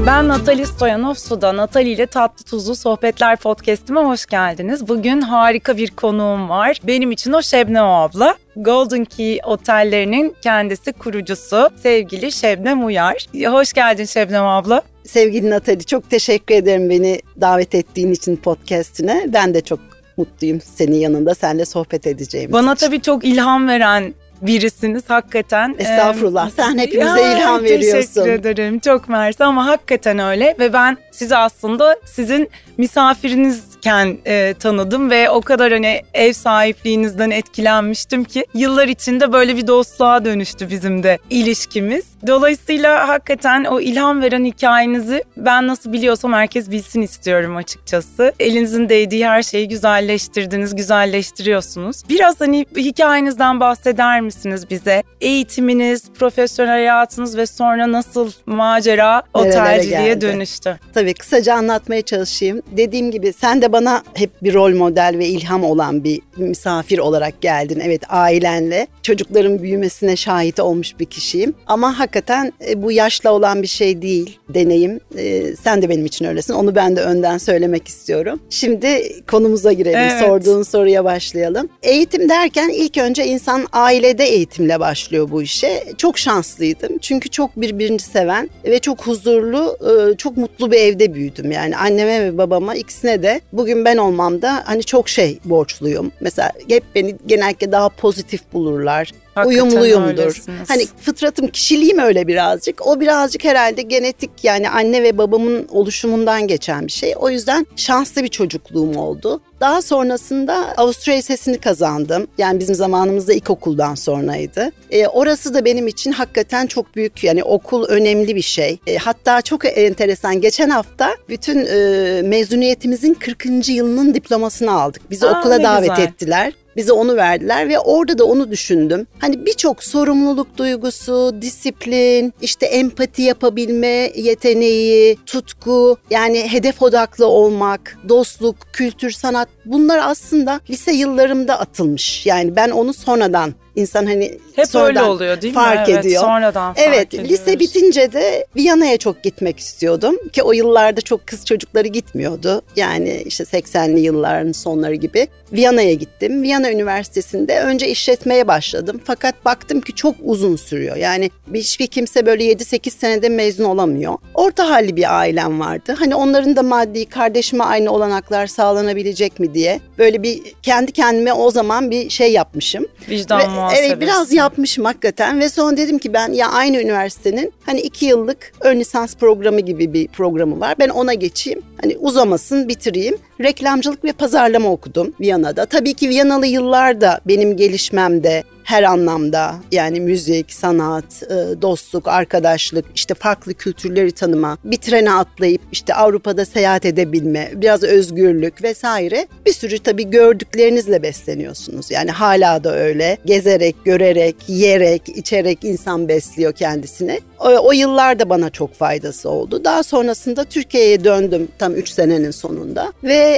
Ben Natali Stoyanov Suda. Natali ile Tatlı Tuzlu Sohbetler podcast'ime hoş geldiniz. Bugün harika bir konuğum var. Benim için o Şebnem abla. Golden Key otellerinin kendisi kurucusu sevgili Şebnem Uyar. Hoş geldin Şebnem abla. Sevgili Natali, çok teşekkür ederim beni davet ettiğin için podcast'ine. Ben de çok mutluyum senin yanında seninle sohbet edeceğimiz Bana için. tabii çok ilham veren birisiniz hakikaten. Estağfurullah. Sen hepimize ilham veriyorsun. Teşekkür ederim. Çok mersi ama hakikaten öyle ve ben sizi aslında sizin misafirinizken tanıdım ve o kadar hani ev sahipliğinizden etkilenmiştim ki yıllar içinde böyle bir dostluğa dönüştü bizim de ilişkimiz. Dolayısıyla hakikaten o ilham veren hikayenizi ben nasıl biliyorsam herkes bilsin istiyorum açıkçası. Elinizin değdiği her şeyi güzelleştirdiniz, güzelleştiriyorsunuz. Biraz hani hikayenizden bahseder misiniz bize? Eğitiminiz, profesyonel hayatınız ve sonra nasıl macera otelciliğe dönüştü? Tabii kısaca anlatmaya çalışayım. Dediğim gibi sen de bana hep bir rol model ve ilham olan bir misafir olarak geldin. Evet, ailenle çocukların büyümesine şahit olmuş bir kişiyim. Ama hakikaten bu yaşla olan bir şey değil, deneyim. Sen de benim için öylesin. Onu ben de önden söylemek istiyorum. Şimdi konumuza girelim. Evet. Sorduğun soruya başlayalım. Eğitim derken ilk önce insan ailede eğitimle başlıyor bu işe. Çok şanslıydım. Çünkü çok birbirini seven ve çok huzurlu, çok mutlu bir evde büyüdüm. Yani anneme ve babama ikisine de bugün ben olmamda hani çok şey borçluyum. Mesela hep beni genellikle daha pozitif bulurlar. Hakikaten uyumluyumdur. Öylesiniz. Hani fıtratım, kişiliğim öyle birazcık. O birazcık herhalde genetik, yani anne ve babamın oluşumundan geçen bir şey. O yüzden şanslı bir çocukluğum oldu. Daha sonrasında Avusturya Lisesi'ni kazandım. Yani bizim zamanımızda ilkokuldan sonraydı. Orası da benim için hakikaten çok büyük, yani okul önemli bir şey. Hatta çok enteresan, geçen hafta bütün mezuniyetimizin 40. yılının diplomasını aldık. Bizi okula davet ettiler. Bize onu verdiler ve orada da onu düşündüm. Hani birçok sorumluluk duygusu, disiplin, işte empati yapabilme yeteneği, tutku, yani hedef odaklı olmak, dostluk, kültür, sanat, bunlar aslında lise yıllarımda atılmış. Yani ben onu sonradan, İnsan hani hep sonradan öyle oluyor değil mi? Fark ediyor. Sonradan fark ediyoruz. Lise bitince de Viyana'ya çok gitmek istiyordum ki o yıllarda çok kız çocukları gitmiyordu. Yani işte 80'li yılların sonları gibi. Viyana'ya gittim. Viyana Üniversitesi'nde önce işletmeye başladım. Fakat baktım ki çok uzun sürüyor. Yani hiçbir kimse böyle 7-8 senede mezun olamıyor. Orta halli bir ailem vardı. Hani onların da maddi, kardeşime aynı olanaklar sağlanabilecek mi diye böyle bir kendi kendime o zaman bir şey yapmışım. Vicdan muhasebesi. Evet, biraz yapmışım hakikaten ve sonra dedim ki ben ya aynı üniversitenin hani 2 yıllık ön lisans programı gibi bir programı var. Ben ona geçeyim. Hani uzamasın, bitireyim. Reklamcılık ve pazarlama okudum Viyana'da. Tabii ki Viyanalı yıllar da benim gelişmemde her anlamda, yani müzik, sanat, dostluk, arkadaşlık, işte farklı kültürleri tanıma, bir trene atlayıp işte Avrupa'da seyahat edebilme, biraz özgürlük vesaire. Bir sürü tabii gördüklerinizle besleniyorsunuz. Yani hala da öyle. Gezerek, görerek, yiyerek, içerek insan besliyor kendisini. O yıllar da bana çok faydası oldu. Daha sonrasında Türkiye'ye döndüm tam 3 senenin sonunda ve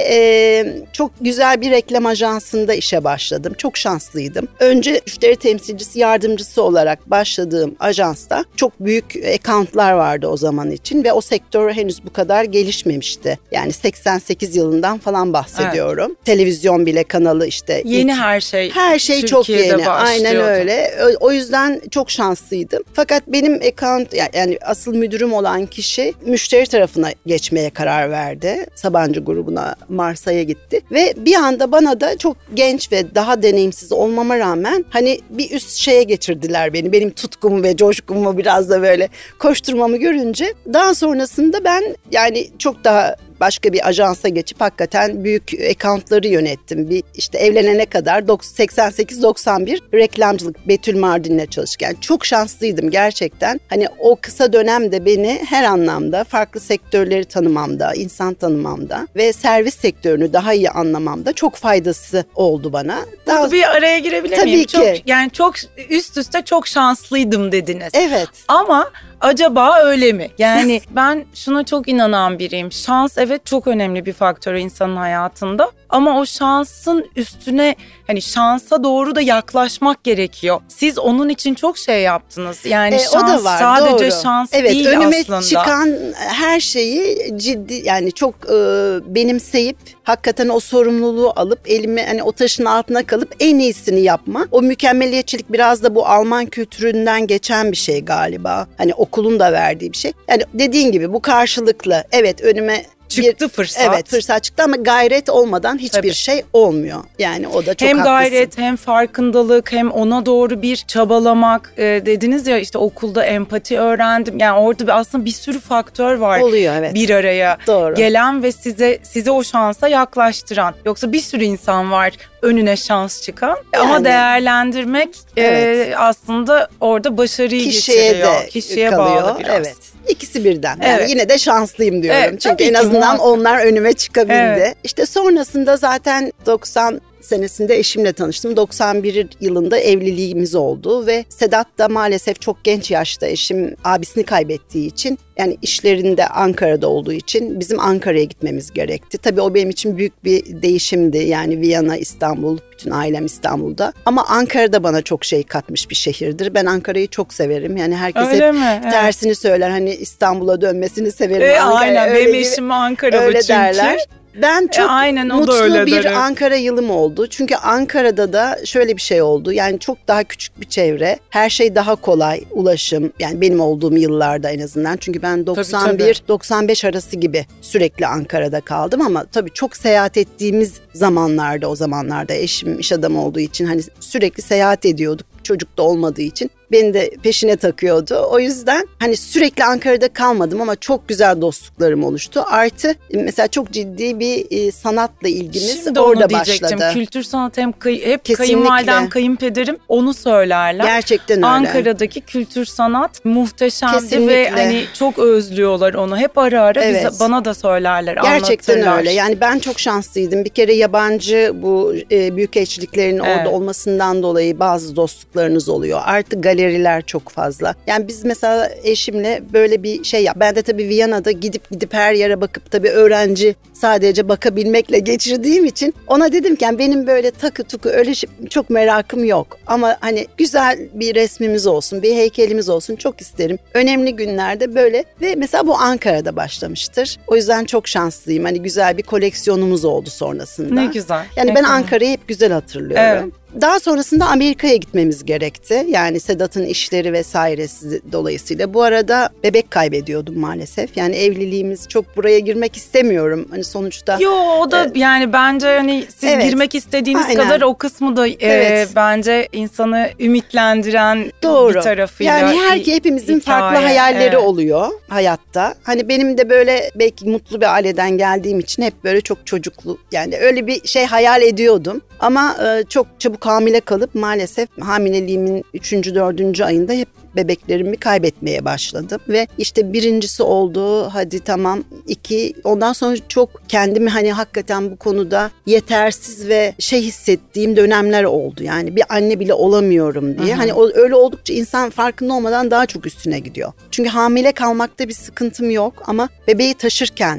çok güzel bir reklam ajansında işe başladım. Çok şanslıydım. Önce müşteri temsilcisi yardımcısı olarak başladığım ajansta çok büyük accountlar vardı o zaman için ve o sektör henüz bu kadar gelişmemişti. Yani 88 yılından falan bahsediyorum. Evet. Televizyon bile kanalı işte. Yeni her şey. Her şey Türkiye'de çok yeni. Aynen öyle. O yüzden çok şanslıydım. Fakat benim account, yani asıl müdürüm olan kişi müşteri tarafına geçmeye karar verdi. Sabancı grubuna, Marsa'ya gitti ve bir anda bana da çok genç ve daha deneyimsiz olmama rağmen hani bir üst şeye getirdiler beni. Benim tutkumu ve coşkumu biraz da böyle koşturmamı görünce daha sonrasında ben yani çok daha başka bir ajansa geçip hakikaten büyük accountları yönettim. Bir işte evlenene kadar 88-91 reklamcılık Betül Mardin'le çalışırken çok şanslıydım gerçekten. Hani o kısa dönemde beni her anlamda farklı sektörleri tanımamda, insan tanımamda ve servis sektörünü daha iyi anlamamda çok faydası oldu bana. Burada bir araya girebilir miyim? Tabii ki. Çok üst üste çok şanslıydım dediniz. Evet. Ama acaba öyle mi? Yani ben şuna çok inanan biriyim. Şans evet çok önemli bir faktör insanın hayatında. Ama o şansın üstüne hani şansa doğru da yaklaşmak gerekiyor. Siz onun için çok şey yaptınız. Yani şans o da var, sadece doğru. şans evet, değil önüme aslında. çıkan her şeyi ciddi yani çok benimseyip hakikaten o sorumluluğu alıp elime hani o taşın altına kalıp en iyisini yapma. O mükemmeliyetçilik biraz da bu Alman kültüründen geçen bir şey galiba. Hani okulun da verdiği bir şey. Yani dediğin gibi bu karşılıklı. Evet, önüme çıktı fırsat. Evet, fırsat çıktı ama gayret olmadan hiçbir şey olmuyor. Yani o da çok hem haklısın. gayret hem farkındalık hem ona doğru bir çabalamak. Dediniz ya işte okulda empati öğrendim. Yani orada aslında bir sürü faktör var. Oluyor, evet. Bir araya Doğru. gelen ve size o şansa yaklaştıran. Yoksa bir sürü insan var önüne şans çıkan. Yani, ama değerlendirmek aslında orada başarıyı getiriyor. Kişiye kalıyor. bağlı biraz. Evet. İkisi birden. Yani yine de şanslıyım diyorum. Evet, çünkü en azından onlar önüme çıkabildi. Evet. İşte sonrasında zaten 90 senesinde eşimle tanıştım. 91 yılında evliliğimiz oldu ve Sedat da maalesef çok genç yaşta eşim abisini kaybettiği için yani işlerinde Ankara'da olduğu için bizim Ankara'ya gitmemiz gerekti. Tabii o benim için büyük bir değişimdi. Yani Viyana, İstanbul, bütün ailem İstanbul'da. Ama Ankara'da bana çok şey katmış bir şehirdir. Ben Ankara'yı çok severim. Yani herkes tersini söyler. Hani İstanbul'a dönmesini severim. Aynen, benim eşim Ankara'da öyle çünkü. Derler. Ben çok mutlu bir Ankara yılım oldu. Çünkü Ankara'da da şöyle bir şey oldu. Yani çok daha küçük bir çevre. Her şey daha kolay. Ulaşım. Yani benim olduğum yıllarda en azından. Çünkü ben 91-95 arası gibi sürekli Ankara'da kaldım. Ama tabii çok seyahat ettiğimiz zamanlarda, o zamanlarda eşim iş adamı olduğu için hani sürekli seyahat ediyorduk. Çocuk da olmadığı için beni de peşine takıyordu. O yüzden hani sürekli Ankara'da kalmadım ama çok güzel dostluklarım oluştu. Artı mesela çok ciddi bir sanatla ilgimiz şimdi orada başladı. Kültür sanat hep kayınvalidem, kayınpederim onu söylerler. Gerçekten öyle. Ankara'daki kültür sanat muhteşemdi ve hani çok özlüyorlar onu. Hep ara bana da söylerler, gerçekten anlatırlar. Öyle. Yani ben çok şanslıydım. Bir kere yabancı bu büyükelçiliklerin orada olmasından dolayı bazı dostluklarınız oluyor. Artı galeriler çok fazla. Yani biz mesela eşimle böyle bir şey yap. Ben de tabii Viyana'da gidip her yere bakıp tabii öğrenci sadece bakabilmekle geçirdiğim için ona dedim ki yani benim böyle takı tuku öyle çok merakım yok. Ama hani güzel bir resmimiz olsun, bir heykelimiz olsun çok isterim. Önemli günlerde böyle ve mesela bu Ankara'da başlamıştır. O yüzden çok şanslıyım. Hani güzel bir koleksiyonumuz oldu sonrasında. Ne güzel. Yani ben Ankara'yı hep güzel hatırlıyorum. Evet. Daha sonrasında Amerika'ya gitmemiz gerekti. Yani Sedat'ın işleri vesairesi dolayısıyla. Bu arada bebek kaybediyordum maalesef. Yani evliliğimiz çok buraya girmek istemiyorum. Hani sonuçta. Yo o da yani bence hani siz girmek istediğiniz kadar o kısmı da bence insanı ümitlendiren bir tarafıyla. Yani hepimizin farklı hayalleri oluyor hayatta. Hani benim de böyle belki mutlu bir aileden geldiğim için hep böyle çok çocuklu yani öyle bir şey hayal ediyordum. Ama çok çabuk hamile kalıp maalesef hamileliğimin 3. 4. ayında hep bebeklerimi kaybetmeye başladım. Ve işte birincisi oldu, hadi tamam, 2. Ondan sonra çok kendimi hani hakikaten bu konuda yetersiz ve hissettiğim dönemler oldu. Yani bir anne bile olamıyorum diye. Hani öyle oldukça insan farkında olmadan daha çok üstüne gidiyor. Çünkü hamile kalmakta bir sıkıntım yok ama bebeği taşırken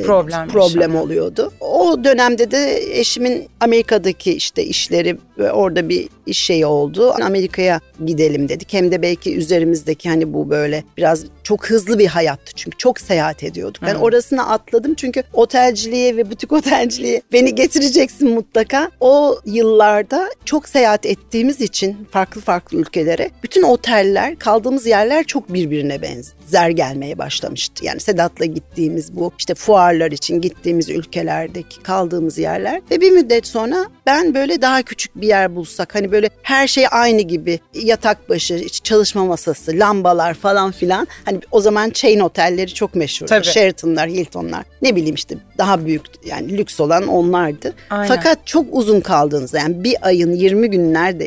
problem oluyordu. O dönemde de eşimin Amerika'daki işte işleri ve orada bir iş şeyi oldu. Amerika'ya gidelim dedik. Hem de belki üzerimizdeki hani bu böyle biraz çok hızlı bir hayattı. Çünkü çok seyahat ediyorduk. Ben orasını atladım çünkü otelciliğe ve butik otelciliğe beni getireceksin mutlaka. O yıllarda çok seyahat ettiğimiz için farklı ülkelere bütün oteller, kaldığımız yerler çok birbirine benzer gelmeye başlamıştı. Yani Sedat'la gittiğimiz bu işte fuarlar için gittiğimiz ülkelerdeki kaldığımız yerler ve bir müddet sonra ben böyle daha küçük bir yer bulsak hani böyle her şey aynı gibi, yatak başı, çalışma masası, lambalar falan filan. Hani o zaman chain otelleri çok meşhurdu. Sheraton'lar, Hilton'lar. Ne bileyim işte daha büyük yani lüks olan onlardı. Aynen. Fakat çok uzun kaldığınızda yani bir ayın 20 gün neredeyse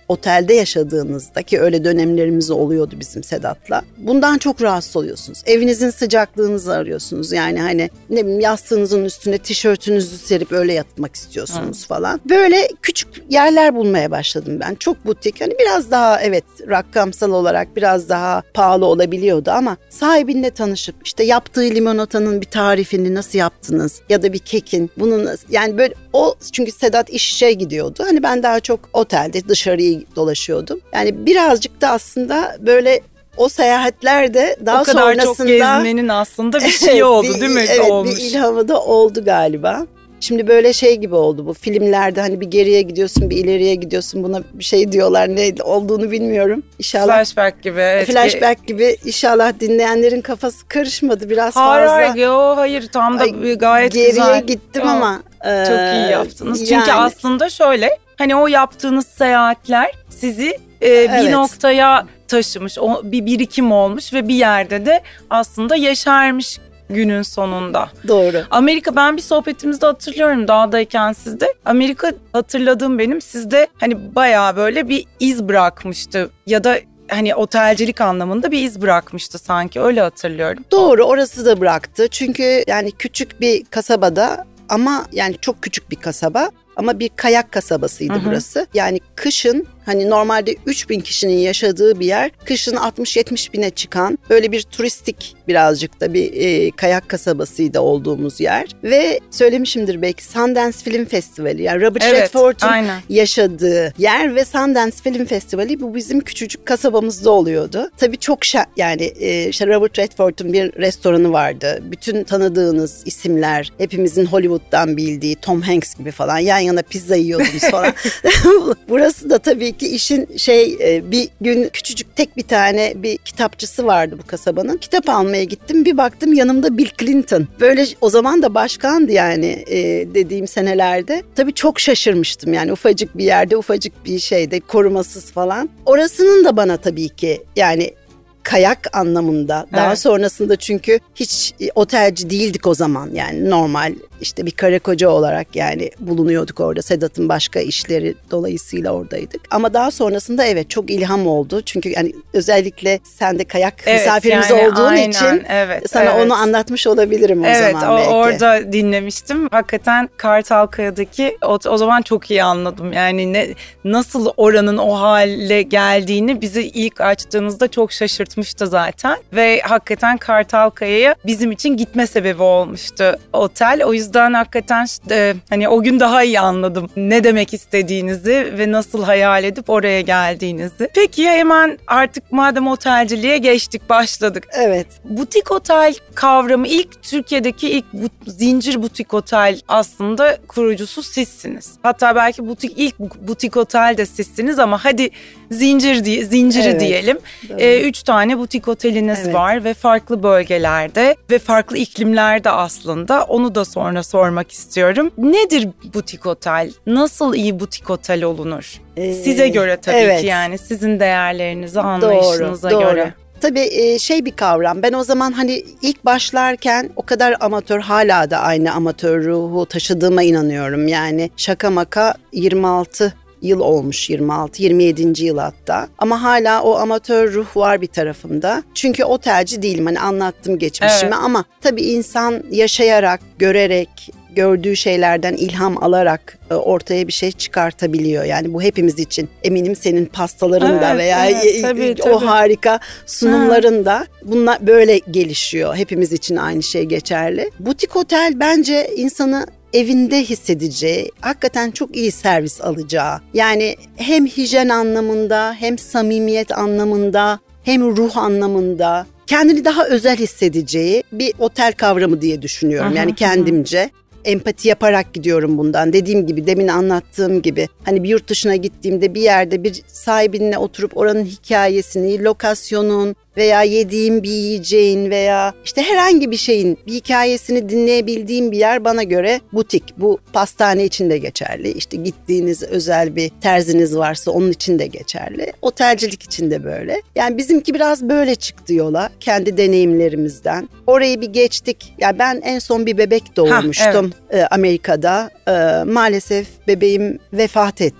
otelde yaşadığınızda, ki öyle dönemlerimiz oluyordu bizim Sedat'la, bundan çok rahatsız oluyorsunuz. Evinizin sıcaklığınızı arıyorsunuz. Yani hani ne bileyim, yastığınızın üstüne tişörtünüzü serip öyle yatmak istiyorsunuz falan. Böyle küçük yerler bulmaya başladım ben. Çok butik. Hani biraz daha evet rakamsal olarak biraz daha pahalı olabiliyordu ama sahibiyle tanışıp işte yaptığı limonatanın bir tarifini nasıl yaptınız ya da bir kekin bunun yani böyle o, çünkü Sedat işe gidiyordu. Hani ben daha çok otelde dışarıyı dolaşıyordum. Yani birazcık da aslında böyle o seyahatlerde daha sonrasında... O kadar çok gezmenin aslında bir şey oldu değil mi? Evet, olmuş. Bir ilhamı da oldu galiba. Şimdi böyle şey gibi oldu bu filmlerde, hani bir geriye gidiyorsun bir ileriye gidiyorsun, buna bir şey diyorlar, ne olduğunu bilmiyorum. İnşallah flashback gibi. Evet. Flashback gibi, inşallah dinleyenlerin kafası karışmadı biraz fazla. Hayır tam da gayet geriye güzel. Geriye gittim ama. Çok iyi yaptınız. Çünkü aslında şöyle, hani o yaptığınız seyahatler sizi bir noktaya taşımış, bir birikim olmuş ve bir yerde de aslında yeşermiş günün sonunda. Doğru. Amerika, ben bir sohbetimizde hatırlıyorum dağdayken sizde. Amerika hatırladığım benim sizde hani bayağı böyle bir iz bırakmıştı ya da hani otelcilik anlamında bir iz bırakmıştı sanki, öyle hatırlıyorum. Doğru, orası da bıraktı. Çünkü yani küçük bir kasabada, ama yani çok küçük bir kasaba ama bir kayak kasabasıydı burası. Yani kışın hani normalde 3.000 kişinin yaşadığı bir yer, kışın 60-70 bine çıkan böyle bir turistik birazcık da bir kayak kasabasıydı olduğumuz yer. Ve söylemişimdir belki, Sundance Film Festivali, yani Robert Redford'un yaşadığı yer ve Sundance Film Festivali bu bizim küçücük kasabamızda oluyordu. Tabii çok yani işte Robert Redford'un bir restoranı vardı. Bütün tanıdığınız isimler, hepimizin Hollywood'dan bildiği Tom Hanks gibi falan yan yana pizza yiyordunuz falan. Burası da tabii ki işin bir gün küçücük tek bir tane bir kitapçısı vardı bu kasabanın. Kitap almaya gittim, bir baktım yanımda Bill Clinton. Böyle o zaman da başkandı yani dediğim senelerde. Tabii çok şaşırmıştım yani, ufacık bir yerde, ufacık bir şeyde, korumasız falan. Orasının da bana tabii ki yani kayak anlamında daha sonrasında, çünkü hiç otelci değildik o zaman, yani normal işte bir karı koca olarak yani bulunuyorduk orada. Sedat'ın başka işleri dolayısıyla oradaydık. Ama daha sonrasında evet çok ilham oldu. Çünkü yani özellikle sen de kayak misafirimiz yani, olduğun için sana onu anlatmış olabilirim o zaman belki. Orada dinlemiştim. Hakikaten Kartalkaya'daki o zaman çok iyi anladım. Yani nasıl oranın o hale geldiğini bizi ilk açtığınızda çok şaşırtmıştı zaten. Ve hakikaten Kartalkaya'ya bizim için gitme sebebi olmuştu otel. O yüzden hakikaten hani o gün daha iyi anladım ne demek istediğinizi ve nasıl hayal edip oraya geldiğinizi. Peki hemen artık madem otelciliğe geçtik, başladık. Evet. Butik otel kavramı, Türkiye'deki ilk zincir butik otel aslında kurucusu sizsiniz. Hatta belki ilk butik otel de sizsiniz ama hadi zinciri diyelim. 3 tane butik oteliniz var ve farklı bölgelerde ve farklı iklimlerde aslında. Onu da sonra sormak istiyorum. Nedir butik otel? Nasıl iyi butik otel olunur? Size göre tabii ki, yani sizin değerlerinize, anlayışınıza göre. Tabii bir kavram. Ben o zaman hani ilk başlarken o kadar amatör, hala da aynı amatör ruhu taşıdığıma inanıyorum. Yani şaka maka 26 yıl olmuş, 27. yıl hatta. Ama hala o amatör ruh var bir tarafımda. Çünkü otelci değilim, hani anlattım geçmişimi ama tabii insan yaşayarak, görerek, gördüğü şeylerden ilham alarak ortaya bir şey çıkartabiliyor. Yani bu hepimiz için. Eminim senin pastaların da veya tabii. o harika sunumların da bunlar böyle gelişiyor. Hepimiz için aynı şey geçerli. Butik otel bence insanı evinde hissedeceği, hakikaten çok iyi servis alacağı. Yani hem hijyen anlamında, hem samimiyet anlamında, hem ruh anlamında kendini daha özel hissedeceği bir otel kavramı diye düşünüyorum. Yani kendimce. Empati yaparak gidiyorum bundan. Dediğim gibi, demin anlattığım gibi, hani bir yurt dışına gittiğimde bir yerde bir sahibinle oturup oranın hikayesini, lokasyonun veya yediğim bir yiyeceğin veya işte herhangi bir şeyin bir hikayesini dinleyebildiğim bir yer bana göre butik. Bu pastane için de geçerli. İşte gittiğiniz özel bir terziniz varsa onun için de geçerli. Otelcilik için de böyle. Yani bizimki biraz böyle çıktı yola, kendi deneyimlerimizden. Orayı bir geçtik. Ya ben en son bir bebek doğurmuştum Amerika'da. Maalesef bebeğim vefat etti.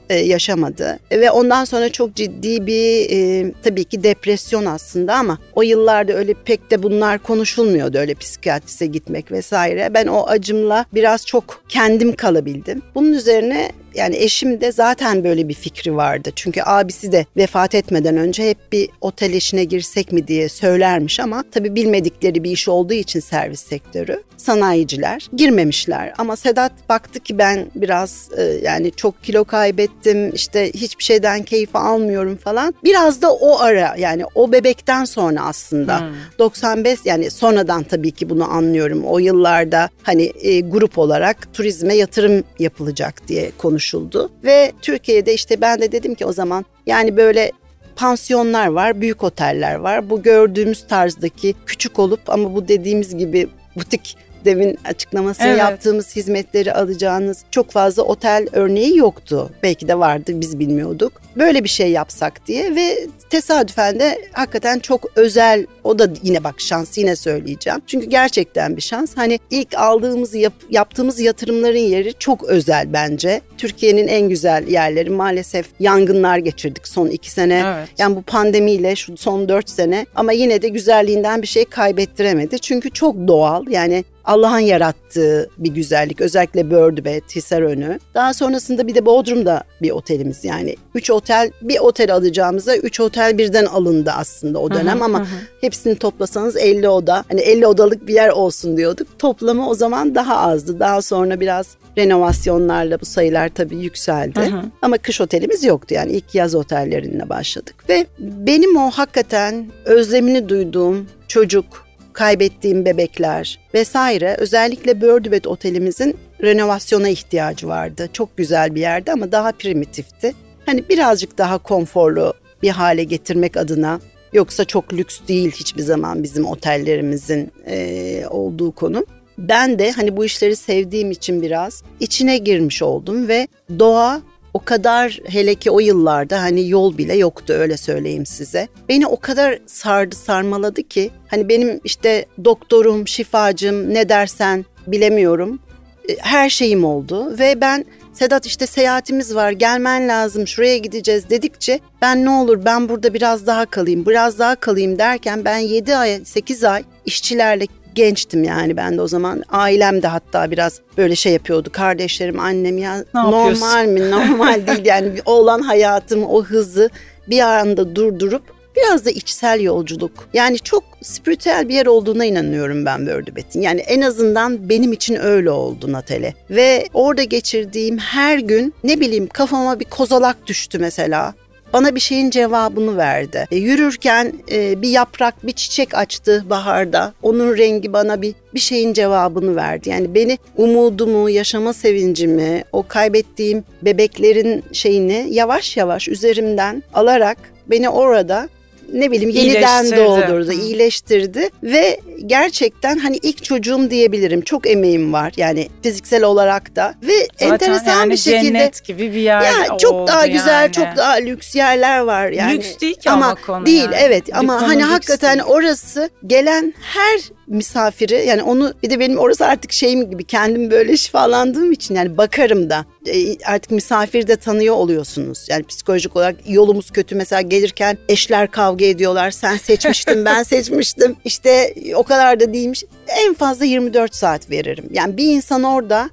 yaşamadı. Ve ondan sonra çok ciddi bir tabii ki depresyon aslında, ama o yıllarda öyle pek de bunlar konuşulmuyordu, öyle psikiyatriste gitmek vesaire. Ben o acımla biraz çok kendim kalabildim. Bunun üzerine yani eşim de zaten böyle bir fikri vardı. Çünkü abisi de vefat etmeden önce hep bir otel işine girsek mi diye söylermiş, ama tabii bilmedikleri bir iş olduğu için servis sektörü, sanayiciler girmemişler. Ama Sedat baktı ki ben biraz yani çok kilo kaybettim, işte hiçbir şeyden keyif almıyorum falan. Biraz da o ara, yani o bebekten sonra aslında 95, yani sonradan tabii ki bunu anlıyorum. O yıllarda hani grup olarak turizme yatırım yapılacak diye konuşuldu. Ve Türkiye'de işte ben de dedim ki o zaman, yani böyle pansiyonlar var, büyük oteller var. Bu gördüğümüz tarzdaki küçük olup ama bu dediğimiz gibi butik, demin açıklamasını yaptığımız hizmetleri alacağınız çok fazla otel örneği yoktu. Belki de vardı, biz bilmiyorduk. Böyle bir şey yapsak diye ve tesadüfen de hakikaten çok özel, o da yine bak şans, yine söyleyeceğim. Çünkü gerçekten bir şans. Hani ilk aldığımız, yaptığımız yatırımların yeri çok özel bence. Türkiye'nin en güzel yerleri, maalesef yangınlar geçirdik son 2 sene. Evet. Yani bu pandemiyle şu son 4 sene, ama yine de güzelliğinden bir şey kaybettiremedi. Çünkü çok doğal, yani Allah'ın yarattığı bir güzellik. Özellikle Bördübet, Hisarönü. Daha sonrasında bir de Bodrum'da bir otelimiz, yani 3 otel, bir otel alacağımıza 3 otel birden alındı aslında o dönem, ama hepsini toplasanız 50 oda. Hani 50 odalık bir yer olsun diyorduk. Toplamı o zaman daha azdı. Daha sonra biraz renovasyonlarla bu sayılar tabii yükseldi. Ama kış otelimiz yoktu, yani ilk yaz otellerinle başladık. Ve benim o hakikaten özlemini duyduğum çocuk, kaybettiğim bebekler vesaire, özellikle Bördübet otelimizin renovasyona ihtiyacı vardı. Çok güzel bir yerdi ama daha primitifti. Hani birazcık daha konforlu bir hale getirmek adına, yoksa çok lüks değil hiçbir zaman bizim otellerimizin olduğu konu. Ben de hani bu işleri sevdiğim için biraz içine girmiş oldum ve doğa o kadar, hele ki o yıllarda hani yol bile yoktu, öyle söyleyeyim size. Beni o kadar sardı, sarmaladı ki hani benim işte doktorum, şifacım, ne dersen bilemiyorum, her şeyim oldu. Ve ben Sedat işte seyahatimiz var, gelmen lazım, şuraya gideceğiz dedikçe ben ne olur ben burada biraz daha kalayım derken ben 7 ay 8 ay işçilerle, gençtim yani ben de o zaman. Ailem de hatta biraz böyle şey yapıyordu. Kardeşlerim, annem, ya normal mi? Normal değil yani. Olan hayatım, o hızı bir anda durdurup biraz da içsel yolculuk. Yani çok spiritüel bir yer olduğuna inanıyorum ben Bördübet'in. Yani en azından benim için öyle oldu Natale. Ve orada geçirdiğim her gün, ne bileyim, kafama bir kozalak düştü mesela. Bana bir şeyin cevabını verdi. Yürürken bir yaprak, bir çiçek açtı baharda. Onun rengi bana bir şeyin cevabını verdi. Yani beni, umudumu, yaşama sevincimi, o kaybettiğim bebeklerin şeyini yavaş yavaş üzerimden alarak beni orada, ne bileyim, yeniden doldurdu, iyileştirdi ve gerçekten hani ilk çocuğum diyebilirim. Çok emeğim var yani fiziksel olarak da ve zaten enteresan yani bir şekilde cennet gibi bir yer ya, çok daha güzel, yani çok daha lüks yerler var yani. Lüks değil ki ama konu değil, yani. Evet, bir ama hani hakikaten değil. Orası gelen her misafiri, yani onu, bir de benim orası artık şeyim gibi, kendim böyle şifalandığım için yani bakarım da artık misafiri de tanıyor oluyorsunuz. Yani psikolojik olarak yolumuz kötü, mesela gelirken eşler kavga ediyorlar, sen seçmiştin ben seçmiştim, işte o kadar da değilmiş. En fazla 24 saat veririm. Yani bir insan orada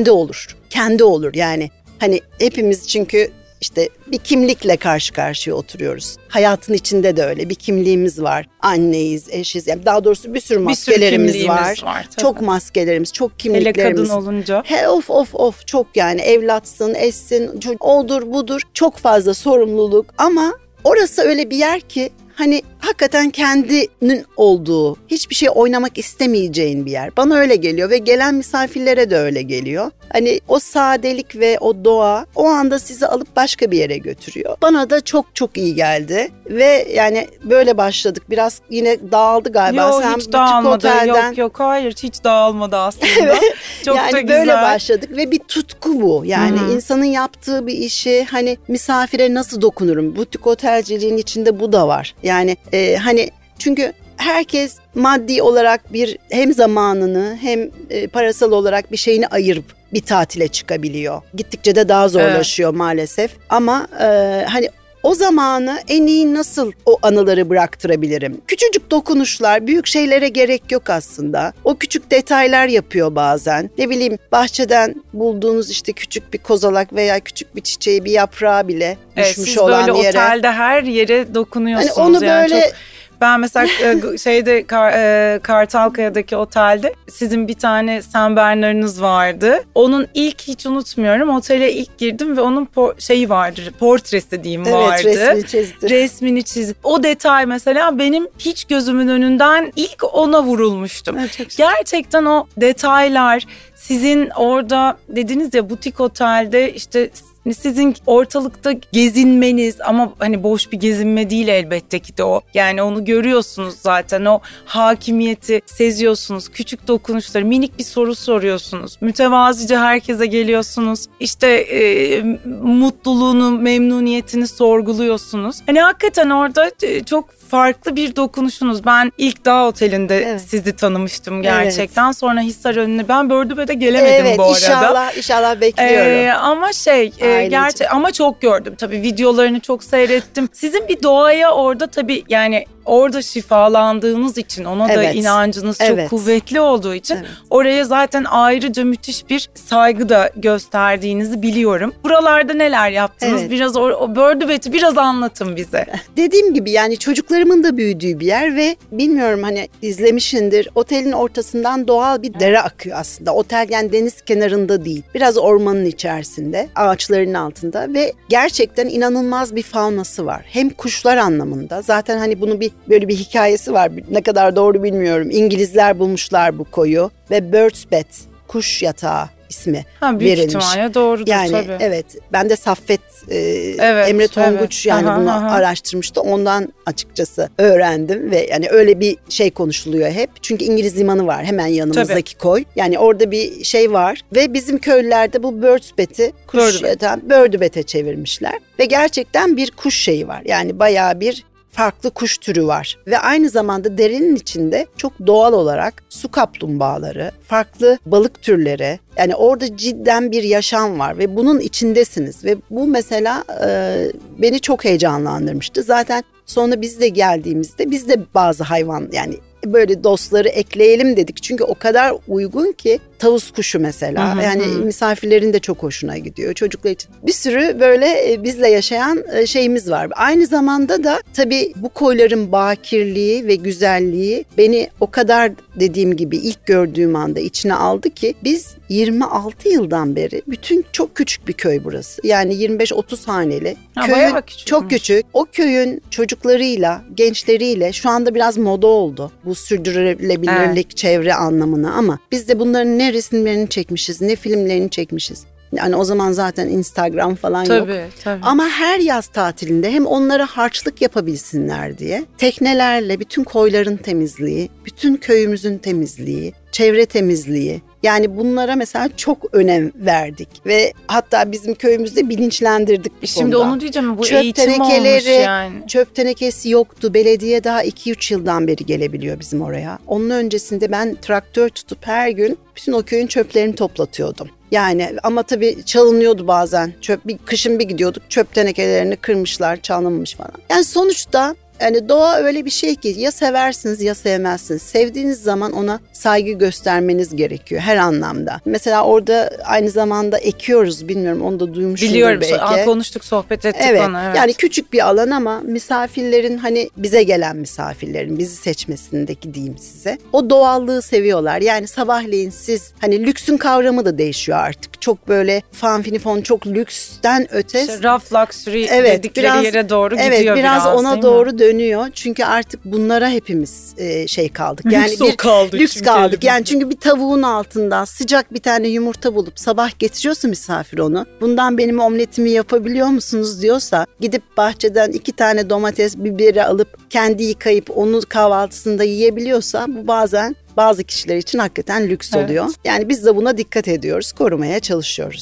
kendi olur yani. Hani hepimiz çünkü işte bir kimlikle karşı karşıya oturuyoruz. Hayatın içinde de öyle bir kimliğimiz var. Anneyiz, eşiz. Yani daha doğrusu bir sürü maskelerimiz var. Çok maskelerimiz, çok kimliklerimiz. Hele kadın olunca. Of çok yani, evlatsın, eşsin, odur budur. Çok fazla sorumluluk, ama orası öyle bir yer ki hani hakikaten kendinin olduğu, hiçbir şey oynamak istemeyeceğin bir yer. Bana öyle geliyor ve gelen misafirlere de öyle geliyor. Hani o sadelik ve o doğa o anda sizi alıp başka bir yere götürüyor. Bana da çok çok iyi geldi ve yani böyle başladık. Biraz yine dağıldı galiba. Yok, hiç dağılmadı. Otelden... Yok hayır, hiç dağılmadı aslında. Çok yani da güzel. Böyle başladık ve bir tutku bu. Yani insanın yaptığı bir işi, hani misafire nasıl dokunurum? Butik otelciliğin içinde bu da var. Yani hani çünkü herkes maddi olarak bir hem zamanını hem parasal olarak bir şeyini ayırıp bir tatile çıkabiliyor. Gittikçe de daha zorlaşıyor maalesef. Ama hani o zamanı en iyi nasıl o anıları bıraktırabilirim? Küçücük dokunuşlar, büyük şeylere gerek yok aslında. O küçük detaylar yapıyor bazen. Ne bileyim, bahçeden bulduğunuz işte küçük bir kozalak veya küçük bir çiçeği, bir yaprağı bile düşmüş olan yere. Siz böyle otelde her yere dokunuyorsunuz. Hani onu yani böyle... çok... Ben mesela Kartalkaya'daki otelde sizin bir tane Saint Bernard'ınız vardı. Onun hiç unutmuyorum. Otele ilk girdim ve onun şeyi vardı. Portresi diyeyim vardı. Resmini çizdi. O detay mesela benim hiç gözümün önünden ilk ona vurulmuştum. Gerçekten o detaylar, sizin orada dediniz ya, butik otelde işte sizin ortalıkta gezinmeniz, ama hani boş bir gezinme değil elbette ki de o. Yani onu görüyorsunuz zaten, o hakimiyeti seziyorsunuz. Küçük dokunuşları, minik bir soru soruyorsunuz. Mütevazice herkese geliyorsunuz. İşte mutluluğunu, memnuniyetini sorguluyorsunuz. Hani hakikaten orada çok farklı bir dokunuşunuz. Ben ilk Dağ Oteli'nde sizi tanımıştım gerçekten. Evet. Sonra Hisar Önü'ne, ben Bördübet'e gelemedim bu arada. İnşallah bekliyorum. Ama ama çok gördüm tabii, videolarını çok seyrettim. Sizin bir doğaya orada tabii, yani orada şifalandığınız için, ona da inancınız çok kuvvetli olduğu için oraya zaten ayrıca müthiş bir saygı da gösterdiğinizi biliyorum. Buralarda neler yaptınız? Biraz o Bördübet'i biraz anlatın bize. Dediğim gibi yani çocuklarımın da büyüdüğü bir yer ve bilmiyorum hani izlemişsindir, otelin ortasından doğal bir dere akıyor aslında. Otel yani deniz kenarında değil, biraz ormanın içerisinde, ağaçların altında ve gerçekten inanılmaz bir faunası var. Hem kuşlar anlamında, zaten hani bunu böyle bir hikayesi var, ne kadar doğru bilmiyorum. İngilizler bulmuşlar bu koyu ve Bird's Bed, kuş yatağı ismi büyük verilmiş. Büyük ihtimalle doğrudur yani, tabii. Evet, ben de Saffet Emre Tonguç bunu araştırmıştı. Ondan açıkçası öğrendim ve yani öyle bir şey konuşuluyor hep. Çünkü İngiliz limanı var hemen yanımızdaki koy. Yani orada bir şey var ve bizim köylülerde bu Bird's Bed'i, kuş yatağı, Bördübet'e çevirmişler ve gerçekten bir kuş şeyi var. Yani bayağı bir farklı kuş türü var ve aynı zamanda derenin içinde çok doğal olarak su kaplumbağaları, farklı balık türleri, yani orada cidden bir yaşam var ve bunun içindesiniz ve bu mesela beni çok heyecanlandırmıştı. Zaten sonra biz de geldiğimizde biz de bazı hayvan, yani böyle dostları ekleyelim dedik. Çünkü o kadar uygun ki, tavus kuşu mesela. Yani misafirlerin de çok hoşuna gidiyor. Çocuklar için bir sürü böyle bizle yaşayan şeyimiz var. Aynı zamanda da tabii bu koyların bakirliği ve güzelliği beni o kadar, dediğim gibi ilk gördüğüm anda içine aldı ki, biz 26 yıldan beri çok küçük bir köy burası. Yani 25-30 haneli. Köyün çok küçük. O köyün çocuklarıyla, gençleriyle şu anda biraz moda oldu bu sürdürülebilirlik, çevre anlamına, ama biz de bunların ne resimlerini çekmişiz, ne filmlerini çekmişiz. Yani o zaman zaten Instagram falan yok. Tabii. Ama her yaz tatilinde hem onlara harçlık yapabilsinler diye teknelerle bütün koyların temizliği, bütün köyümüzün temizliği, çevre temizliği, yani bunlara mesela çok önem verdik ve hatta bizim köyümüzde bilinçlendirdik bu konuda. Şimdi onu diyeceğim, bu çöp eğitim olmuş yani. Çöp tenekesi yoktu. Belediye daha 2-3 yıldan beri gelebiliyor bizim oraya. Onun öncesinde ben traktör tutup her gün bütün o köyün çöplerini toplatıyordum. Yani ama tabii çalınıyordu bazen. Kışın bir gidiyorduk, çöp tenekelerini kırmışlar, çalınmış falan. Yani sonuçta yani doğa öyle bir şey ki, ya seversiniz ya sevmezsiniz. Sevdiğiniz zaman ona saygı göstermeniz gerekiyor her anlamda. Mesela orada aynı zamanda ekiyoruz, bilmiyorum, onu da duymuşsundur belki. Biliyorum, konuştuk, sohbet ettik onu. Evet. Yani küçük bir alan ama misafirlerin, hani bize gelen misafirlerin bizi seçmesindeki diyeyim size, o doğallığı seviyorlar. Yani sabahleyin siz, hani lüksün kavramı da değişiyor artık. Çok böyle fanfinifon, çok lüksten öte. İşte rough luxury dedikleri yere doğru gidiyor biraz. Evet, biraz ona doğru dönüyor. Çünkü artık bunlara hepimiz kaldık. Yani lüks kaldık. Yani çünkü bir tavuğun altından sıcak bir tane yumurta bulup sabah getiriyorsa misafir onu, bundan benim omletimi yapabiliyor musunuz diyorsa, gidip bahçeden 2 tane domates, biberi alıp kendi yıkayıp onu kahvaltısında yiyebiliyorsa, bu bazen bazı kişiler için hakikaten lüks oluyor. Yani biz de buna dikkat ediyoruz, korumaya çalışıyoruz.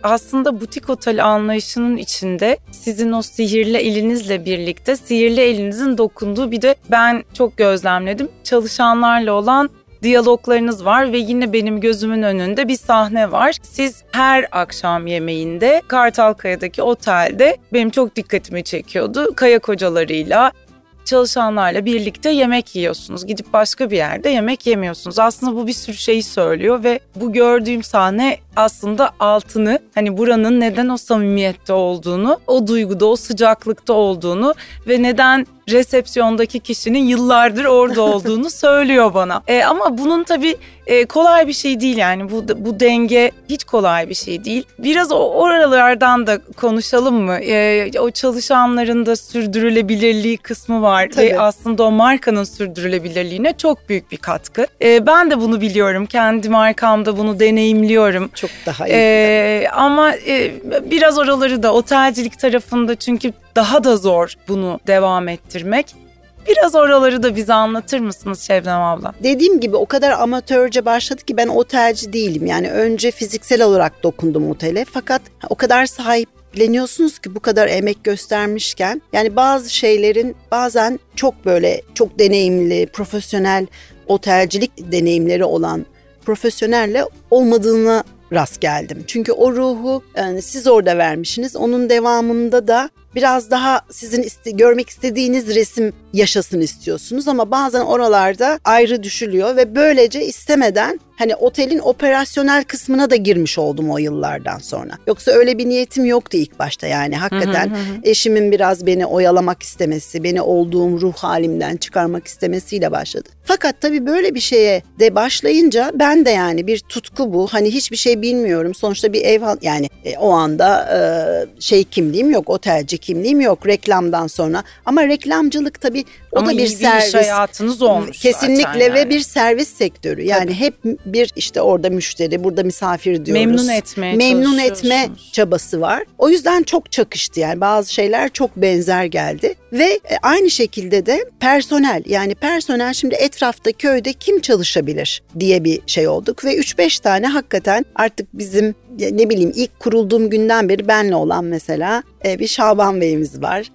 aslında butik otel anlayışının içinde sizin o sihirli elinizle birlikte sihirli elinizin dokunduğu bir de ben çok gözlemledim. Çalışanlarla olan diyaloglarınız var ve yine benim gözümün önünde bir sahne var. Siz her akşam yemeğinde Kartalkaya'daki otelde benim çok dikkatimi çekiyordu. Kayak hocalarıyla, çalışanlarla birlikte yemek yiyorsunuz. Gidip başka bir yerde yemek yemiyorsunuz. Aslında bu bir sürü şeyi söylüyor ve bu gördüğüm sahne aslında altını, hani buranın neden o samimiyette olduğunu, o duyguda, o sıcaklıkta olduğunu ve neden resepsiyondaki kişinin yıllardır orada olduğunu söylüyor bana. Ama bunun tabii kolay bir şey değil yani. Bu denge hiç kolay bir şey değil. Biraz oralardan da konuşalım mı? O çalışanların da sürdürülebilirliği kısmı var. Tabii. Ve aslında o markanın sürdürülebilirliğine çok büyük bir katkı. Ben de bunu biliyorum. Kendi markamda bunu deneyimliyorum. Çok daha iyi. Ama biraz oraları da otelcilik tarafında çünkü daha da zor bunu devam ettirmek. Biraz oraları da bize anlatır mısınız Şebnem abla? Dediğim gibi o kadar amatörce başladı ki ben otelci değilim. Yani önce fiziksel olarak dokundum otele. Fakat o kadar sahipleniyorsunuz ki bu kadar emek göstermişken. Yani bazı şeylerin bazen çok böyle çok deneyimli, profesyonel otelcilik deneyimleri olan profesyonelle olmadığına rast geldim. Çünkü o ruhu yani siz orada vermişsiniz. Onun devamında da biraz daha sizin görmek istediğiniz resim yaşasın istiyorsunuz ama bazen oralarda ayrı düşülüyor ve böylece istemeden hani otelin operasyonel kısmına da girmiş oldum o yıllardan sonra. Yoksa öyle bir niyetim yoktu ilk başta yani hakikaten eşimin biraz beni oyalamak istemesi, beni olduğum ruh halimden çıkarmak istemesiyle başladı. Fakat tabii böyle bir şeye de başlayınca ben de yani bir tutku bu. Hani hiçbir şey bilmiyorum. Sonuçta bir ev yani o anda kimliğim yok, otelci kimliğim yok reklamdan sonra. Ama reklamcılık tabii o ama da bir servis. iş hayatınız olmuş kesinlikle zaten yani. Ve bir servis sektörü. Yani tabii. Hep bir işte orada müşteri, burada misafir diyoruz. Memnun etme çabası var. O yüzden çok çakıştı yani bazı şeyler çok benzer geldi. Ve aynı şekilde de personel yani personel şimdi etrafta köyde kim çalışabilir diye bir şey olduk. Ve 3-5 tane hakikaten artık bizim ne bileyim ilk kurulduğum günden beri benle olan mesela bir Şaban Bey'imiz var.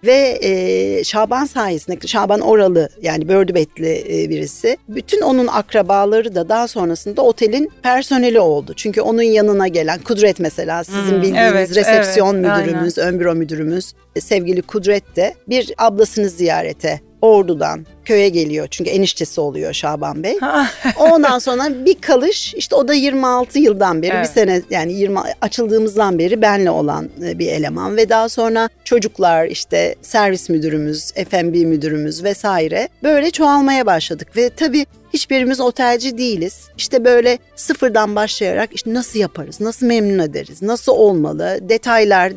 Ve Şaban sayesinde Şaban Oralı yani Bördübetli birisi. Bütün onun akrabaları da daha sonrasında otelin personeli oldu. Çünkü onun yanına gelen Kudret mesela sizin bildiğiniz resepsiyon müdürümüz, ön büro müdürümüz sevgili Kudret de bir ablasını ziyarete Ordu'dan köye geliyor. Çünkü eniştesi oluyor Şaban Bey. Ondan sonra bir kalış işte o da 26 yıldan beri bir sene yani 20 açıldığımızdan beri benle olan bir eleman ve daha sonra çocuklar işte servis müdürümüz, F&B müdürümüz vesaire böyle çoğalmaya başladık ve tabii hiçbirimiz otelci değiliz. İşte böyle sıfırdan başlayarak işte nasıl yaparız, nasıl memnun ederiz, nasıl olmalı, detaylar.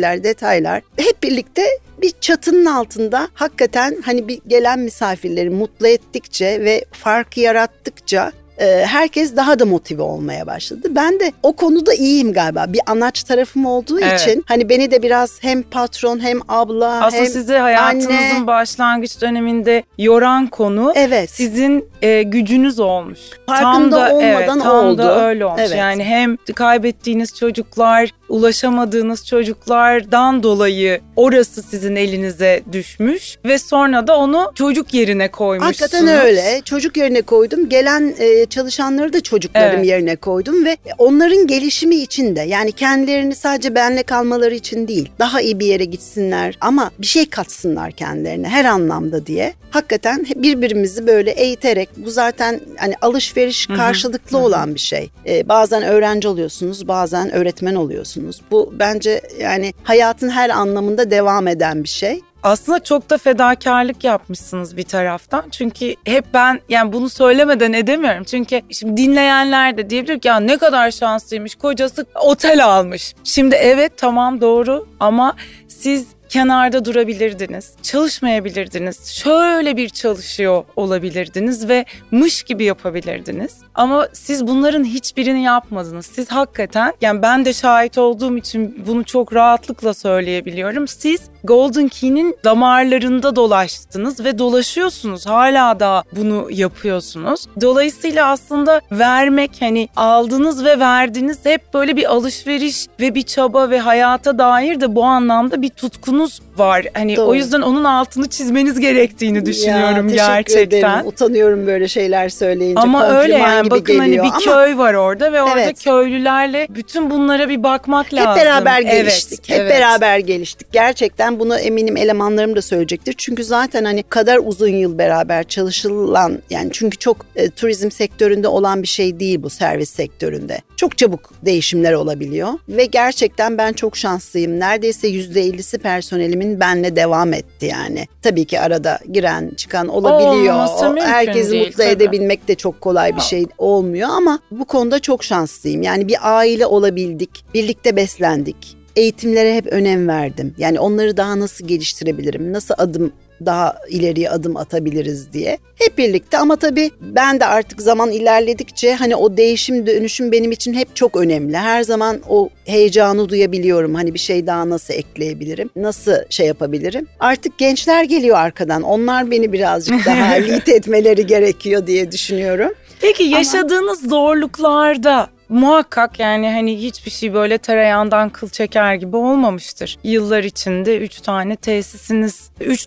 Hep birlikte bir çatının altında hakikaten hani bir gelen misafirleri mutlu ettikçe ve farkı yarattıkça herkes daha da motive olmaya başladı. Ben de o konuda iyiyim galiba. Bir anaç tarafım olduğu için hani beni de biraz hem patron hem abla aslında hem sizi hayatınızın anne başlangıç döneminde yoran konu sizin gücünüz olmuş. Farkında olmadan tam oldu. da öyle olmuş. Evet. Yani hem kaybettiğiniz çocuklar, ulaşamadığınız çocuklardan dolayı orası sizin elinize düşmüş ve sonra da onu çocuk yerine koymuşsunuz. Hakikaten öyle. Çocuk yerine koydum. Gelen çalışanları da çocuklarım yerine koydum ve onların gelişimi için de yani kendilerini sadece benle kalmaları için değil daha iyi bir yere gitsinler ama bir şey katsınlar kendilerine her anlamda diye hakikaten birbirimizi böyle eğiterek bu zaten hani alışveriş karşılıklı olan bir şey. Bazen öğrenci oluyorsunuz bazen öğretmen oluyorsunuz. Bu bence yani hayatın her anlamında devam eden bir şey. Aslında çok da fedakarlık yapmışsınız bir taraftan. Çünkü hep ben yani bunu söylemeden edemiyorum. Çünkü şimdi dinleyenler de diyebilir ki ya ne kadar şanslıymış kocası otel almış. Şimdi evet tamam doğru ama siz kenarda durabilirdiniz, çalışmayabilirdiniz, şöyle bir çalışıyor olabilirdiniz ve mış gibi yapabilirdiniz. Ama siz bunların hiçbirini yapmadınız. Siz hakikaten yani ben de şahit olduğum için bunu çok rahatlıkla söyleyebiliyorum. Siz Golden Key'nin damarlarında dolaştınız ve dolaşıyorsunuz. Hala da bunu yapıyorsunuz. Dolayısıyla aslında vermek, hani aldınız ve verdiniz, hep böyle bir alışveriş ve bir çaba ve hayata dair de bu anlamda bir tutkunuz var. Hani Doğru. o yüzden onun altını çizmeniz gerektiğini düşünüyorum gerçekten. Ederim. Utanıyorum böyle şeyler söyleyince. Ama öyle yani, bakın geliyor. hani bir köy var orada ve orada evet, köylülerle bütün bunlara bir bakmak lazım. Hep beraber geliştik. Evet, hep beraber geliştik. Gerçekten bunu eminim elemanlarım da söyleyecektir. Çünkü zaten hani kadar uzun yıl beraber çalışılan, yani çünkü çok turizm sektöründe olan bir şey değil bu, servis sektöründe. Çok çabuk değişimler olabiliyor ve gerçekten ben çok şanslıyım. Neredeyse %50'si personelimin benle devam etti yani. Tabii ki arada giren çıkan olabiliyor. Herkesi mutlu edebilmek de çok kolay bir şey olmuyor ama bu konuda çok şanslıyım. Yani bir aile olabildik, birlikte beslendik. Eğitimlere hep önem verdim. Yani onları daha nasıl geliştirebilirim, nasıl daha ileriye adım atabiliriz diye. Hep birlikte, ama tabii ben de artık zaman ilerledikçe hani o değişim dönüşüm benim için hep çok önemli. Her zaman o heyecanı duyabiliyorum. Hani bir şey daha nasıl ekleyebilirim, nasıl şey yapabilirim. Artık gençler geliyor arkadan. Onlar beni birazcık daha lead etmeleri gerekiyor diye düşünüyorum. Peki yaşadığınız zorluklarda muhakkak yani hani hiçbir şey böyle tereyağından kıl çeker gibi olmamıştır. Yıllar içinde 3 tane tesisiniz,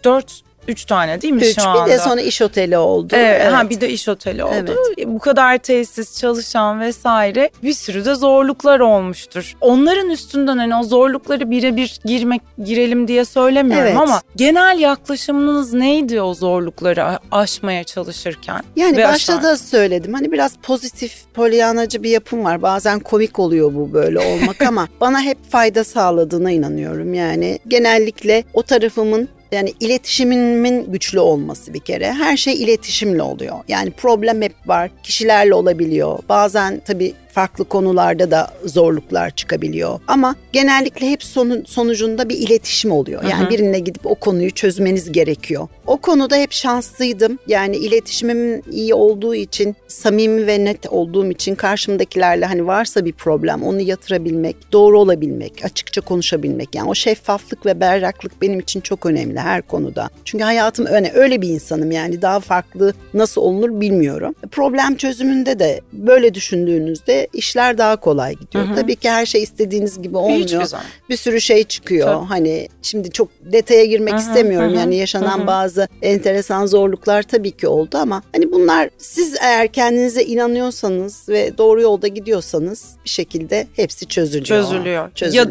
3 tane değil mi şu anda? Bir de sonra iş oteli oldu. Evet. Ha, bir de iş oteli oldu. Evet. Bu kadar tesis, çalışan vesaire, bir sürü de zorluklar olmuştur. Onların üstünden hani o zorlukları birebir girelim diye söylemiyorum ama genel yaklaşımınız neydi o zorlukları aşmaya çalışırken? Yani başta da söyledim, hani biraz pozitif, polyanacı bir yapım var. Bazen komik oluyor bu böyle olmak ama bana hep fayda sağladığına inanıyorum. Yani genellikle o tarafımın, yani iletişimimin güçlü olması bir kere. Her şey iletişimle oluyor. Yani problem hep var. Kişilerle olabiliyor. Bazen tabii farklı konularda da zorluklar çıkabiliyor. Ama genellikle hep sonucunda bir iletişim oluyor. Yani birine gidip o konuyu çözmeniz gerekiyor. O konuda hep şanslıydım. Yani iletişimim iyi olduğu için, samimi ve net olduğum için karşımdakilerle hani varsa bir problem onu yatırabilmek, doğru olabilmek, açıkça konuşabilmek. Yani o şeffaflık ve berraklık benim için çok önemli her konuda. Çünkü hayatım öyle bir insanım, yani daha farklı nasıl olunur bilmiyorum. Problem çözümünde de böyle düşündüğünüzde işler daha kolay gidiyor. Tabii ki her şey istediğiniz gibi olmuyor. Bir sürü şey çıkıyor. Tabii. Hani şimdi çok detaya girmek istemiyorum. Yani yaşanan bazı enteresan zorluklar tabii ki oldu ama hani bunlar, siz eğer kendinize inanıyorsanız ve doğru yolda gidiyorsanız bir şekilde hepsi çözülüyor.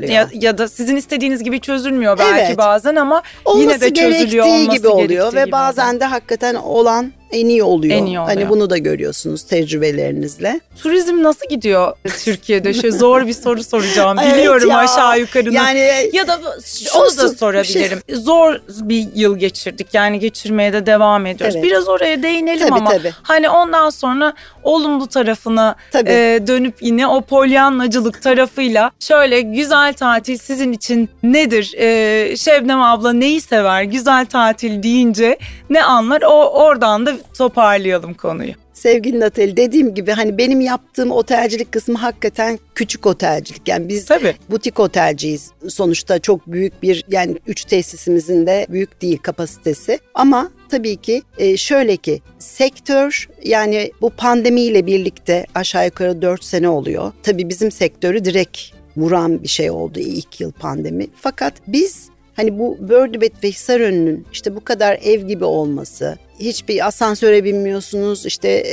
Ya da sizin istediğiniz gibi çözülmüyor belki bazen ama yine de çözülüyor, olması gibi oluyor ve bazen de hakikaten olan en iyi oluyor. Hani bunu da görüyorsunuz tecrübelerinizle. Turizm nasıl gidiyor Türkiye'de? Şöyle zor bir soru soracağım. Biliyorum aşağı yukarı. Yani ya da şunu da sorabilirim. Zor bir yıl geçirdik. Yani geçirmeye de devam ediyoruz. Biraz oraya değinelim ama hani ondan sonra olumlu tarafına dönüp yine o polyanlacılık tarafıyla şöyle, güzel tatil sizin için nedir? Şebnem abla neyi sever? Güzel tatil deyince ne anlar? Oradan da toparlayalım konuyu. Sevgili Natali, dediğim gibi hani benim yaptığım otelcilik kısmı hakikaten küçük otelcilik. Yani biz butik otelciyiz. Sonuçta çok büyük bir, yani 3 tesisimizin de büyük değil kapasitesi. Ama tabii ki şöyle ki sektör, yani bu pandemiyle birlikte aşağı yukarı 4 sene oluyor. Tabii bizim sektörü direkt vuran bir şey oldu ilk yıl pandemi. Fakat biz hani bu Bördübet ve Hisarönü'nün işte bu kadar ev gibi olması, hiçbir asansöre binmiyorsunuz, işte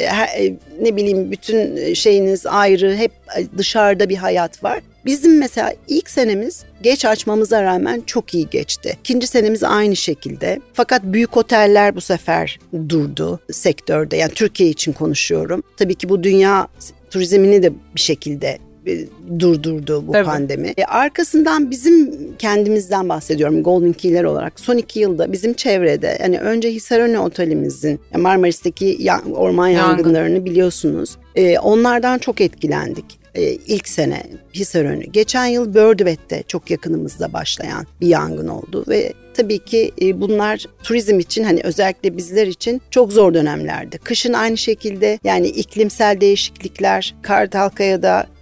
ne bileyim bütün şeyiniz ayrı, hep dışarıda bir hayat var. Bizim mesela ilk senemiz geç açmamıza rağmen çok iyi geçti. İkinci senemiz aynı şekilde. Fakat büyük oteller bu sefer durdu sektörde. Yani Türkiye için konuşuyorum. Tabii ki bu dünya turizmini de bir şekilde durdurdu bu pandemi. Arkasından bizim kendimizden bahsediyorum Golden Key'ler olarak. Son 2 yılda bizim çevrede, yani önce Hisarönü Otelimizin, Marmaris'teki orman yangınlarını biliyorsunuz. Onlardan çok etkilendik. İlk sene Hisarönü. Geçen yıl Bördübet'te çok yakınımızda başlayan bir yangın oldu ve tabii ki bunlar turizm için, hani özellikle bizler için çok zor dönemlerdi. Kışın aynı şekilde, yani iklimsel değişiklikler, Kartalkaya'da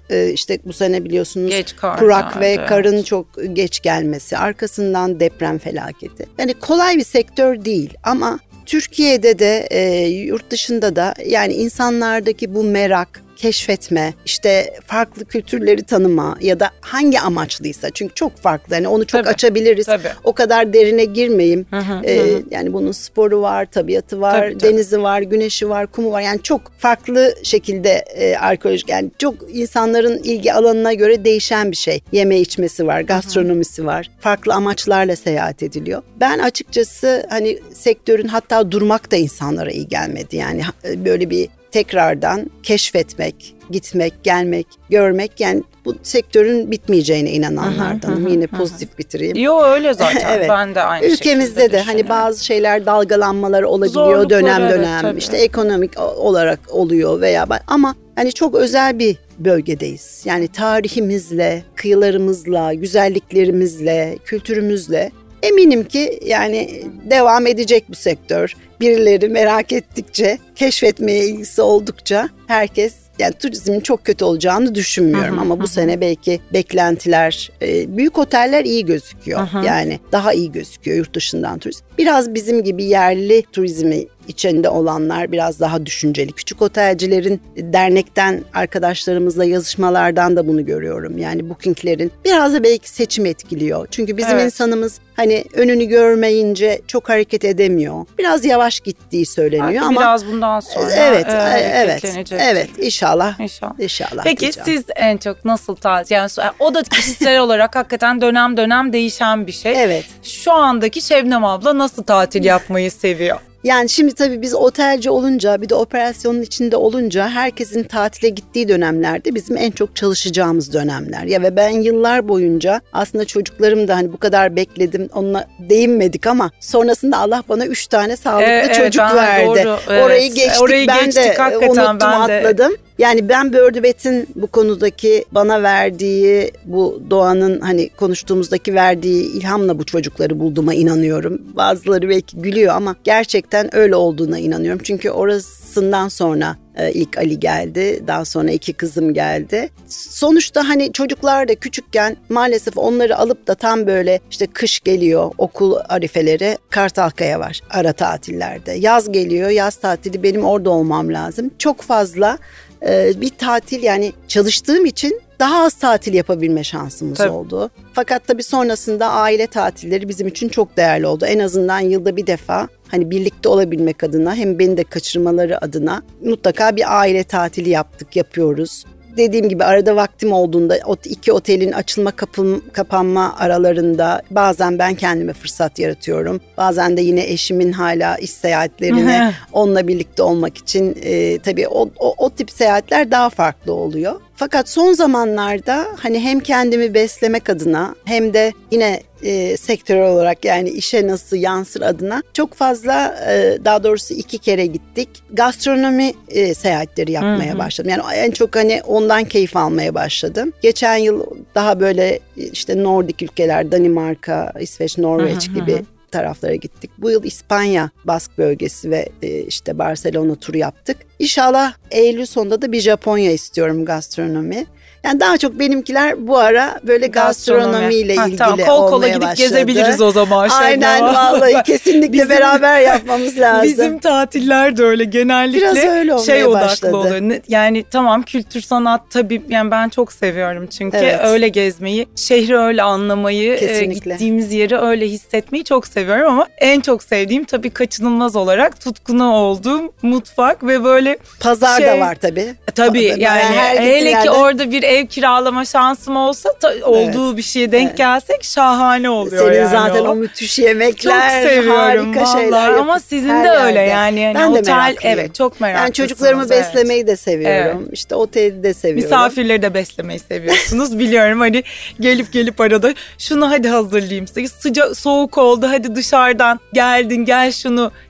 işte bu sene biliyorsunuz kurak kurak ve karın çok geç gelmesi, arkasından deprem felaketi. Yani kolay bir sektör değil ama Türkiye'de de yurt dışında da yani insanlardaki bu merak, keşfetme, işte farklı kültürleri tanıma ya da hangi amaçlıysa, çünkü çok farklı, hani onu çok açabiliriz. O kadar derine girmeyeyim. Yani bunun sporu var, tabiatı var, denizi var, güneşi var, kumu var. Yani çok farklı şekilde arkeolojik, yani çok insanların ilgi alanına göre değişen bir şey. Yeme içmesi var, gastronomisi var. Farklı amaçlarla seyahat ediliyor. Ben açıkçası hani sektörün hatta durmak da insanlara iyi gelmedi. Yani böyle bir tekrardan keşfetmek, gitmek, gelmek, görmek, yani bu sektörün bitmeyeceğine inananlardanım. Yine pozitif bitireyim. Yo öyle zaten. Evet. Ben de aynı ülkemizde de hani bazı şeyler dalgalanmalar olabiliyor, zorlukları, dönem işte ekonomik olarak oluyor veya ama hani çok özel bir bölgedeyiz. Yani tarihimizle, kıyılarımızla, güzelliklerimizle, kültürümüzle eminim ki yani devam edecek bu sektör. Birileri merak ettikçe, keşfetmeye ilgisi oldukça herkes, yani turizmin çok kötü olacağını düşünmüyorum ama bu sene belki beklentiler, büyük oteller iyi gözüküyor. Yani daha iyi gözüküyor yurt dışından turist. Biraz bizim gibi yerli turizmi içinde olanlar biraz daha düşünceli. Küçük otelcilerin dernekten arkadaşlarımızla yazışmalardan da bunu görüyorum. Yani bookinglerin biraz da belki seçim etkiliyor. Çünkü bizim insanımız hani önünü görmeyince çok hareket edemiyor. Biraz yavaş gittiği söyleniyor belki ama biraz bundan sonra evet inşallah. Peki siz en çok nasıl tatil? Yani o da kişisel olarak hakikaten dönem dönem değişen bir şey. Evet. Şu andaki Şebnem abla nasıl tatil yapmayı seviyor? Yani şimdi tabii biz otelci olunca, bir de operasyonun içinde olunca herkesin tatile gittiği dönemlerde bizim en çok çalışacağımız dönemler. Ya ve ben yıllar boyunca aslında çocuklarım da hani bu kadar bekledim, onunla değinmedik ama sonrasında Allah bana 3 tane sağlıklı çocuk verdi. Doğru, Orayı geçtik, ben de unuttum, atladım. Yani ben Bördübet'in bu konudaki bana verdiği, bu doğanın hani konuştuğumuzdaki verdiği ilhamla bu çocukları bulduğuma inanıyorum. Bazıları belki gülüyor ama gerçekten öyle olduğuna inanıyorum. Çünkü orasından sonra ilk Ali geldi, daha sonra 2 kızım geldi. Sonuçta hani çocuklar da küçükken maalesef onları alıp da tam böyle işte kış geliyor, okul arifeleri, Kartalkaya var ara tatillerde. Yaz geliyor, yaz tatili, benim orada olmam lazım. Çok fazla bir tatil, yani çalıştığım için daha az tatil yapabilme şansımız oldu. Fakat tabii sonrasında aile tatilleri bizim için çok değerli oldu. En azından yılda bir defa hani birlikte olabilmek adına, hem beni de kaçırmaları adına mutlaka bir aile tatili yapıyoruz. Dediğim gibi arada vaktim olduğunda 2 otelin açılma kapanma aralarında bazen ben kendime fırsat yaratıyorum. Bazen de yine eşimin hala iş seyahatlerine onunla birlikte olmak için tabii o tip seyahatler daha farklı oluyor. Fakat son zamanlarda hani hem kendimi beslemek adına hem de yine sektörel olarak, yani işe nasıl yansır adına çok fazla, daha doğrusu 2 kere gittik. Gastronomi seyahatleri yapmaya başladım. Yani en çok hani ondan keyif almaya başladım. Geçen yıl daha böyle işte Nordik ülkeler, Danimarka, İsveç, Norveç gibi taraflara gittik. Bu yıl İspanya, Bask bölgesi ve işte Barcelona turu yaptık. İnşallah Eylül sonunda da bir Japonya istiyorum gastronomi. Yani daha çok benimkiler bu ara böyle gastronomiyle ilgili tamam, kol kola gidip başladı. Gezebiliriz o zaman. Aynen vallahi kesinlikle beraber yapmamız lazım. Bizim tatiller de öyle genellikle biraz öyle odaklı başladı. oluyor. Yani tamam, kültür sanat tabii, yani ben çok seviyorum çünkü öyle gezmeyi, şehri öyle anlamayı, gittiğimiz yeri öyle hissetmeyi çok seviyorum ama en çok sevdiğim tabii kaçınılmaz olarak tutkunu olduğum mutfak ve böyle pazar da var tabii. Tabii yani hele ki orada bir ev kiralama şansım olsa olduğu bir şeye denk gelsek şahane oluyor. Senin yani zaten o müthiş yemekler, çok seviyorum, harika şeyler ama sizin de öyle yani ben otel, de meraklıyım. Çok meraklısınız. Yani çocuklarımı beslemeyi de seviyorum. İşte oteli de seviyorum. Misafirleri de beslemeyi seviyorsunuz biliyorum, hani gelip arada şunu hadi hazırlayayım size, sıcak soğuk oldu, hadi dışarıdan geldin, gel şunu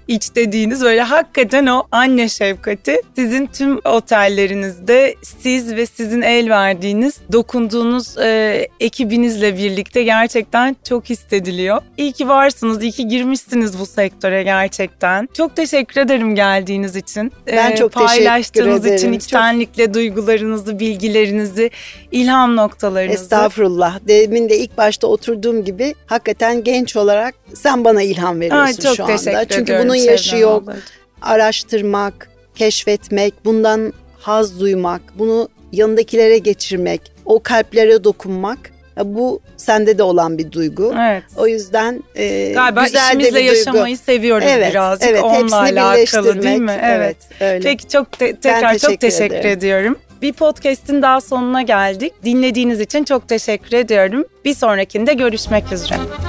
iç dediğiniz böyle hakikaten o anne şefkati sizin tüm otellerinizde siz ve sizin el verdiğiniz, dokunduğunuz ekibinizle birlikte gerçekten çok hissediliyor. İyi ki varsınız, iyi ki girmişsiniz bu sektöre gerçekten. Çok teşekkür ederim geldiğiniz için. Ben çok paylaştığınız teşekkür için ederim. içtenlikle duygularınızı, bilgilerinizi, ilham noktalarınızı. Estağfurullah. Demin de ilk başta oturduğum gibi hakikaten genç olarak sen bana ilham veriyorsun çok şu anda. teşekkür Çünkü ediyorum bunun yaşı Şebnem yok. ablacığım. Araştırmak, keşfetmek, bundan haz duymak, bunu yanındakilere geçirmek, o kalplere dokunmak, bu sende de olan bir duygu. Evet. O yüzden galiba güzel de işimizle bir duygu. yaşamayı seviyoruz birazcık. Evet, onunla hepsini alakalı değil mi? Evet, öyle. Peki tekrar çok teşekkür ediyorum. Bir podcast'in daha sonuna geldik. Dinlediğiniz için çok teşekkür ediyorum. Bir sonrakinde görüşmek üzere.